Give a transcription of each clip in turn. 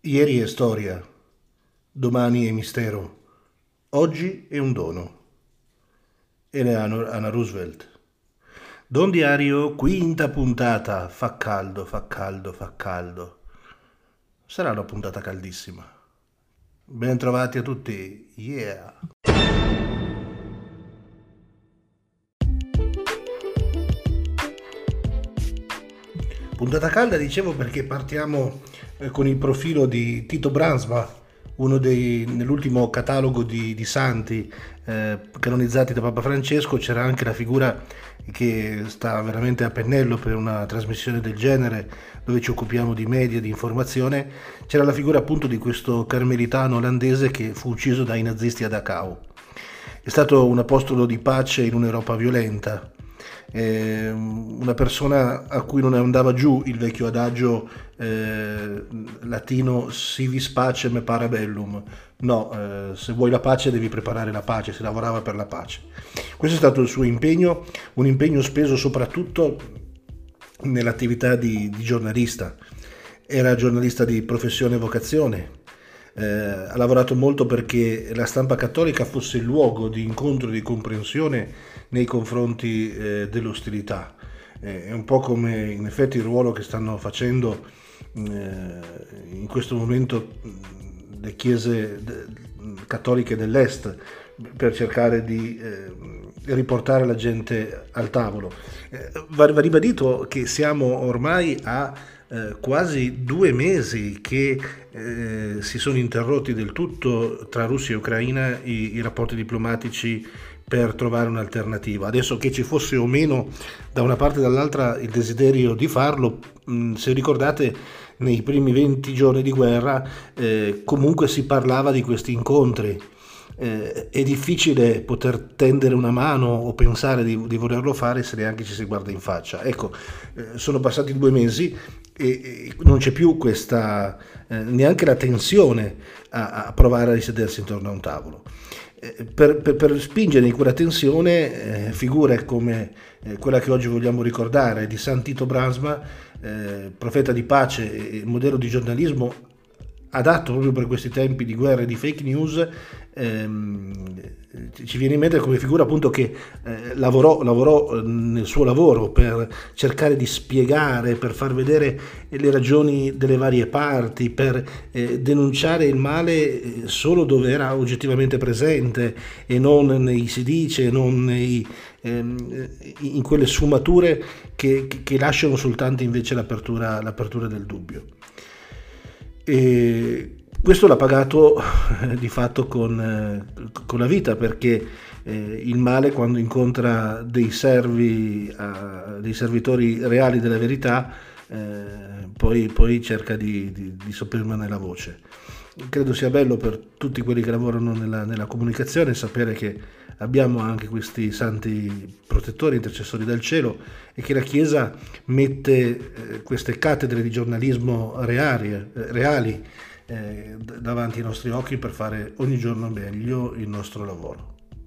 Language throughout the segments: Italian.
Ieri è storia, domani è mistero, oggi è un dono. Eleanor Anna Roosevelt. Don Diario, quinta puntata. Fa caldo, fa caldo, fa caldo. Sarà una puntata caldissima. Ben trovati a tutti. Yeah. Puntata calda, dicevo, perché partiamo con il profilo di Tito Bransma, nell'ultimo catalogo di santi canonizzati da Papa Francesco c'era anche la figura che sta veramente a pennello per una trasmissione del genere, dove ci occupiamo di media, di informazione. C'era la figura appunto di questo carmelitano olandese che fu ucciso dai nazisti a Dachau. È stato un apostolo di pace in un'Europa violenta, una persona a cui non andava giù il vecchio adagio latino si vis pacem e parabellum. No, se vuoi la pace devi preparare la pace, si lavorava per la pace. Questo è stato il suo impegno, un impegno speso soprattutto nell'attività di giornalista. Era giornalista di professione e vocazione. Ha lavorato molto perché la stampa cattolica fosse il luogo di incontro e di comprensione nei confronti dell'ostilità. È un po' come in effetti il ruolo che stanno facendo in questo momento le chiese cattoliche dell'Est per cercare di riportare la gente al tavolo. Va ribadito che siamo ormai a quasi 2 mesi che si sono interrotti del tutto tra Russia e Ucraina i rapporti diplomatici per trovare un'alternativa. Adesso che ci fosse o meno da una parte e dall'altra il desiderio di farlo, se ricordate nei primi 20 giorni di guerra comunque si parlava di questi incontri. È difficile poter tendere una mano o pensare di volerlo fare se neanche ci si guarda in faccia. Ecco, sono passati 2 mesi e non c'è più questa neanche la tensione a provare a risedersi intorno a un tavolo. Per spingere in quella tensione figure come quella che oggi vogliamo ricordare di San Tito Bransma, profeta di pace e modello di giornalismo adatto proprio per questi tempi di guerra e di fake news. Ci viene in mente come figura appunto che lavorò nel suo lavoro per cercare di spiegare, per far vedere le ragioni delle varie parti, per denunciare il male solo dove era oggettivamente presente e non nei si dice, non in quelle sfumature che lasciano soltanto invece l'apertura del dubbio. E questo l'ha pagato di fatto con la vita, perché il male, quando incontra dei servitori reali della verità, poi cerca di sopprimerne la voce. Credo sia bello per tutti quelli che lavorano nella comunicazione sapere che abbiamo anche questi santi protettori, intercessori del cielo, e che la Chiesa mette queste cattedre di giornalismo reali davanti ai nostri occhi per fare ogni giorno meglio il nostro lavoro.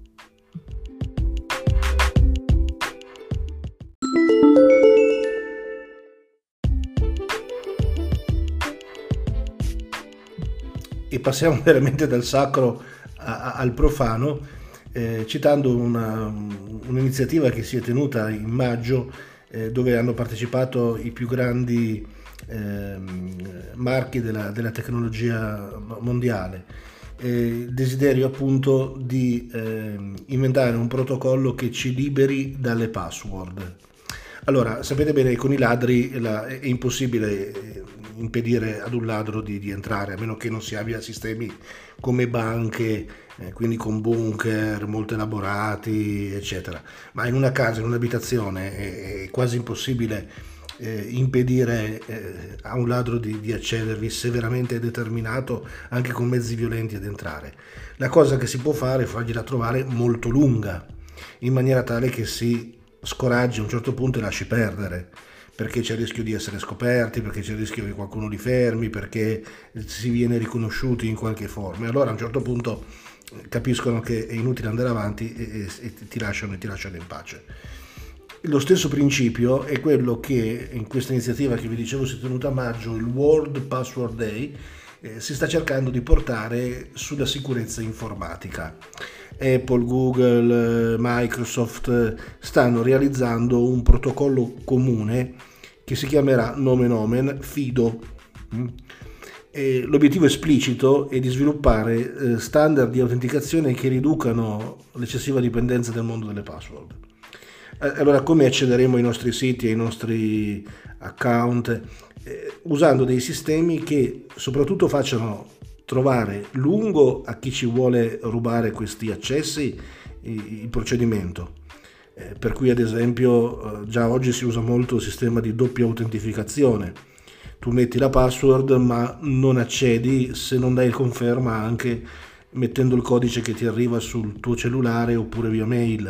E passiamo veramente dal sacro al profano, citando un'iniziativa che si è tenuta in maggio, dove hanno partecipato i più grandi marchi della tecnologia mondiale. Desiderio appunto di inventare un protocollo che ci liberi dalle password. Allora, sapete bene che con i ladri è impossibile impedire ad un ladro di entrare, a meno che non si abbia sistemi come banche, quindi con bunker molto elaborati, eccetera. Ma in una casa, in un'abitazione, è quasi impossibile impedire a un ladro di accedervi se veramente è determinato, anche con mezzi violenti, ad entrare. La cosa che si può fare è fargliela trovare molto lunga, in maniera tale che si scoraggi a un certo punto e lasci perdere, perché c'è il rischio di essere scoperti, perché c'è il rischio che qualcuno li fermi, perché si viene riconosciuti in qualche forma, e allora a un certo punto capiscono che è inutile andare avanti e ti lasciano in pace. Lo stesso principio è quello che in questa iniziativa che vi dicevo si è tenuta a maggio, il World Password Day, si sta cercando di portare sulla sicurezza informatica. Apple, Google, Microsoft stanno realizzando un protocollo comune che si chiamerà nomen omen FIDO. L'obiettivo esplicito è di sviluppare standard di autenticazione che riducano l'eccessiva dipendenza del mondo delle password. Allora, come accederemo ai nostri siti, ai nostri account? Usando dei sistemi che soprattutto facciano trovare lungo a chi ci vuole rubare questi accessi il procedimento. Per cui, ad esempio, già oggi si usa molto il sistema di doppia autentificazione. Tu metti la password ma non accedi se non dai conferma anche mettendo il codice che ti arriva sul tuo cellulare oppure via mail.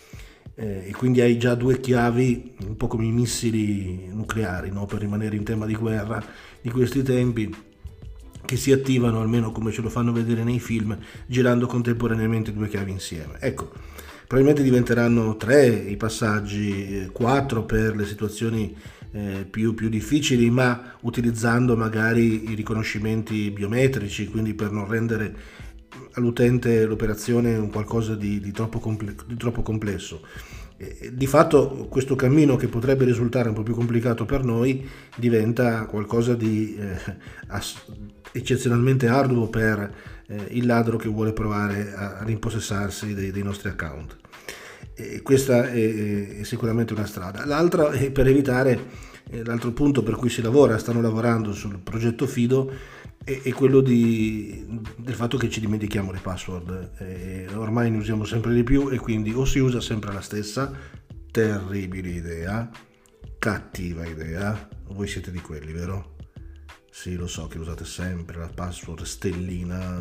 E quindi hai già due chiavi, un po' come i missili nucleari, no? Per rimanere in tema di guerra di questi tempi, che si attivano, almeno come ce lo fanno vedere nei film, girando contemporaneamente due chiavi insieme. Ecco, probabilmente diventeranno 3 i passaggi, 4 per le situazioni più difficili, ma utilizzando magari i riconoscimenti biometrici, quindi per non rendere all'utente l'operazione un qualcosa di troppo complesso. Di fatto questo cammino, che potrebbe risultare un po' più complicato per noi, diventa qualcosa di eccezionalmente arduo per il ladro che vuole provare ad impossessarsi dei nostri account. Questa è sicuramente una strada. L'altra è per evitare, l'altro punto per cui stanno lavorando sul progetto FIDO, è quello del fatto che ci dimentichiamo le password. Ormai ne usiamo sempre di più e quindi o si usa sempre la stessa, terribile idea, cattiva idea. Voi siete di quelli, vero? Sì, lo so che usate sempre la password stellina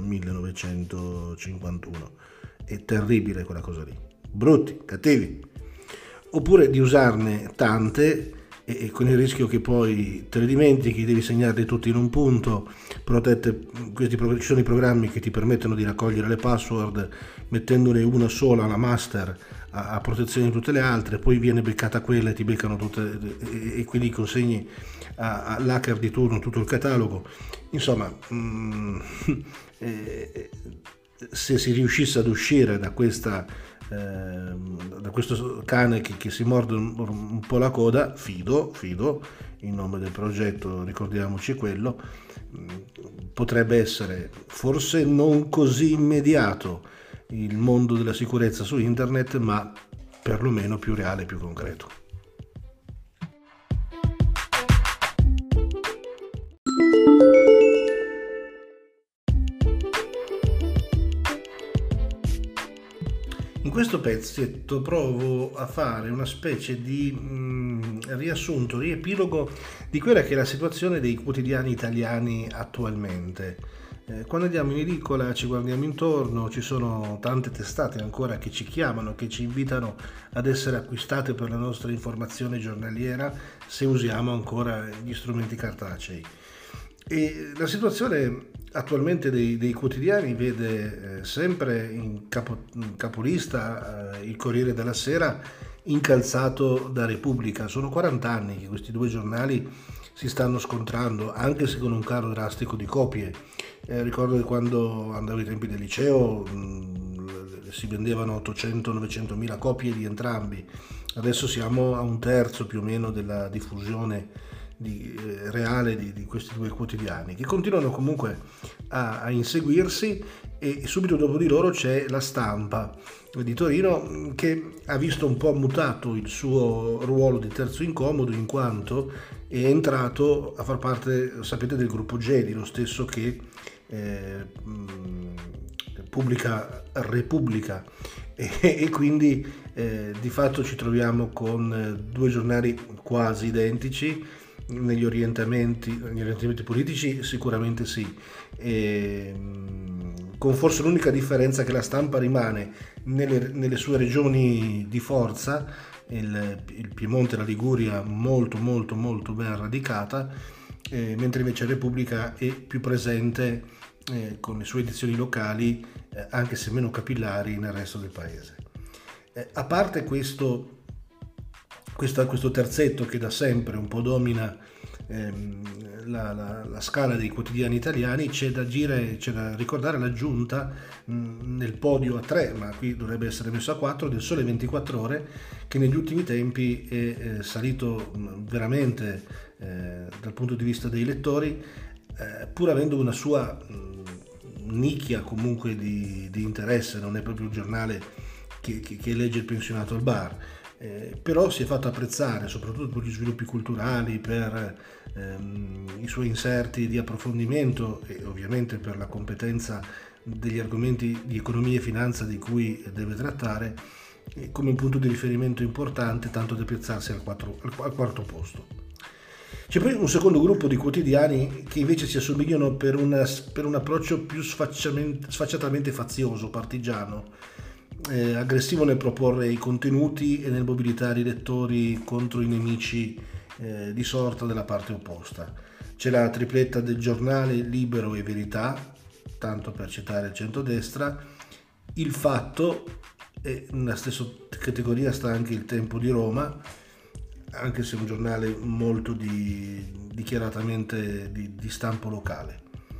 1951. È terribile quella cosa lì. Brutti, cattivi. Oppure di usarne tante e con il rischio che poi te le dimentichi, devi segnarli tutti in un punto protette. Ci sono i programmi che ti permettono di raccogliere le password mettendone una sola, la master, a protezione di tutte le altre, poi viene beccata quella e ti beccano tutte, e quindi consegni all'hacker di turno tutto il catalogo. Insomma, se si riuscisse ad uscire da questo cane che si morde un po' la coda, FIDO, il nome del progetto, ricordiamoci quello, potrebbe essere forse non così immediato il mondo della sicurezza su internet, ma perlomeno più reale e più concreto. In questo pezzetto provo a fare una specie di riassunto, riepilogo di quella che è la situazione dei quotidiani italiani attualmente. Quando andiamo in edicola, ci guardiamo intorno, ci sono tante testate ancora che ci chiamano, che ci invitano ad essere acquistate per la nostra informazione giornaliera, se usiamo ancora gli strumenti cartacei. E la situazione attualmente dei quotidiani vede sempre in capolista il Corriere della Sera, incalzato da Repubblica. Sono 40 anni che questi due giornali si stanno scontrando, anche se con un calo drastico di copie. Ricordo che quando andavo ai tempi del liceo si vendevano 800-900 mila copie di entrambi. Adesso siamo a un terzo più o meno della diffusione reale di questi due quotidiani, che continuano comunque a inseguirsi, e subito dopo di loro c'è La Stampa di Torino, che ha visto un po' mutato il suo ruolo di terzo incomodo, in quanto è entrato a far parte, sapete, del gruppo Gedi, lo stesso che pubblica Repubblica, e quindi di fatto ci troviamo con due giornali quasi identici. Negli orientamenti politici sicuramente sì, con forse l'unica differenza che La Stampa rimane nelle sue regioni di forza, il Piemonte e la Liguria molto ben radicata, mentre invece Repubblica è più presente con le sue edizioni locali, anche se meno capillari, nel resto del paese. A parte questo terzetto che da sempre un po' domina la scala dei quotidiani italiani, c'è da ricordare l'aggiunta nel podio a 3, ma qui dovrebbe essere messo a 4, del Sole 24 Ore, che negli ultimi tempi è salito veramente dal punto di vista dei lettori, pur avendo una sua nicchia comunque di interesse. Non è proprio un giornale che legge il pensionato al bar, però si è fatto apprezzare soprattutto per gli sviluppi culturali, per i suoi inserti di approfondimento e ovviamente per la competenza degli argomenti di economia e finanza di cui deve trattare, come un punto di riferimento importante, tanto da piazzarsi al quarto posto. C'è poi un secondo gruppo di quotidiani che invece si assomigliano per un approccio più sfacciatamente fazioso, partigiano, aggressivo nel proporre i contenuti e nel mobilitare i lettori contro i nemici di sorta della parte opposta. C'è la tripletta del Giornale, Libero e Verità, tanto per citare il centrodestra, Il Fatto, e nella stessa categoria sta anche Il Tempo di Roma, anche se è un giornale molto dichiaratamente di stampo locale.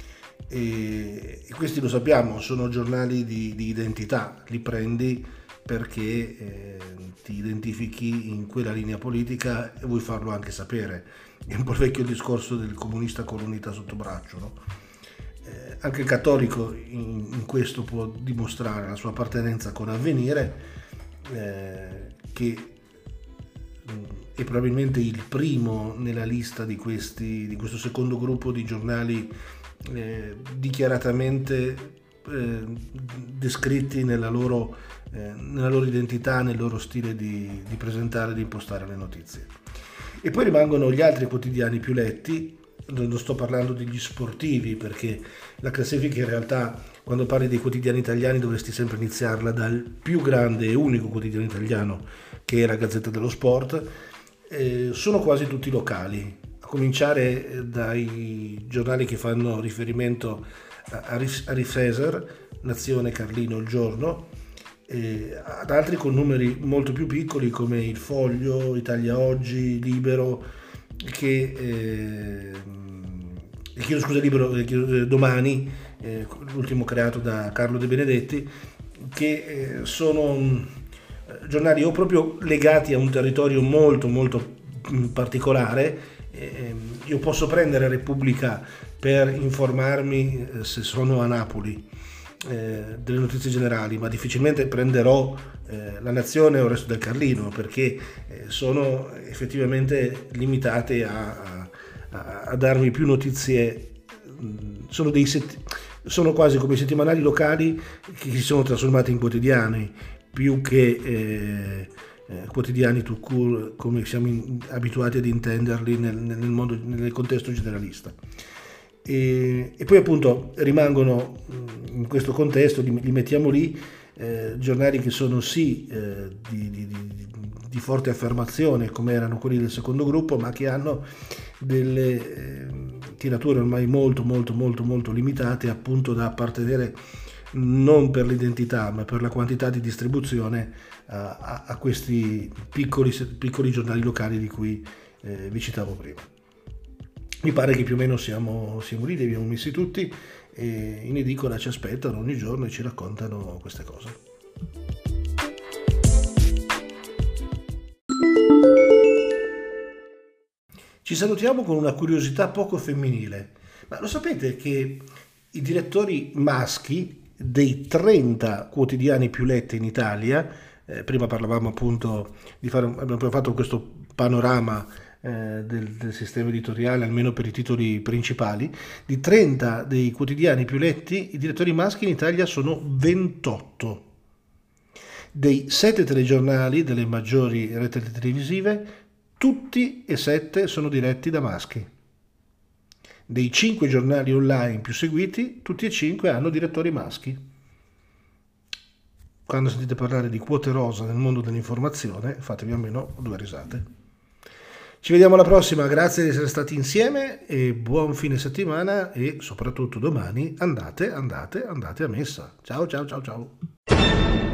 E questi, lo sappiamo, sono giornali di identità, li prendi perché ti identifichi in quella linea politica e vuoi farlo anche sapere. È un po' il vecchio discorso del comunista con l'unità sotto braccio, no? Anche il cattolico in questo può dimostrare la sua appartenenza con Avvenire, che è probabilmente il primo nella lista di questo secondo gruppo di giornali dichiaratamente descritti nella loro identità, nel loro stile di presentare e di impostare le notizie. E poi rimangono gli altri quotidiani più letti. Non sto parlando degli sportivi, perché la classifica in realtà, quando parli dei quotidiani italiani, dovresti sempre iniziarla dal più grande e unico quotidiano italiano, che è la Gazzetta dello Sport. Sono quasi tutti locali, a cominciare dai giornali che fanno riferimento a Rifeser, Nazione, Carlino, Il Giorno, ad altri con numeri molto più piccoli come Il Foglio, Italia Oggi, Libero, Domani, l'ultimo creato da Carlo De Benedetti, che sono giornali o proprio legati a un territorio molto molto particolare. Io posso prendere Repubblica per informarmi, se sono a Napoli, delle notizie generali, ma difficilmente prenderò La Nazione o il Resto del Carlino, perché sono effettivamente limitate a darmi più notizie. Sono quasi come i settimanali locali che si sono trasformati in quotidiani, più che quotidiani tout court, come siamo abituati ad intenderli nel contesto generalista. E poi appunto rimangono in questo contesto, li mettiamo lì, giornali che sono sì di forte affermazione, come erano quelli del secondo gruppo, ma che hanno delle tirature ormai molto molto molto molto limitate, appunto da appartenere non per l'identità ma per la quantità di distribuzione a questi piccoli giornali locali di cui vi citavo prima. Mi pare che più o meno siamo lì, li abbiamo messi tutti, e in edicola ci aspettano ogni giorno e ci raccontano queste cose. Ci salutiamo con una curiosità poco femminile, ma lo sapete che i direttori maschi dei 30 quotidiani più letti in Italia, prima parlavamo appunto abbiamo fatto questo panorama del sistema editoriale, almeno per i titoli principali, di 30 dei quotidiani più letti, i direttori maschi in Italia sono 28. Dei 7 telegiornali delle maggiori reti televisive, tutti e 7 sono diretti da maschi. Dei 5 giornali online più seguiti, tutti e 5 hanno direttori maschi. Quando sentite parlare di quote rosa nel mondo dell'informazione, fatevi almeno 2 risate. Ci vediamo alla prossima, grazie di essere stati insieme e buon fine settimana, e soprattutto domani andate a messa. Ciao ciao ciao ciao.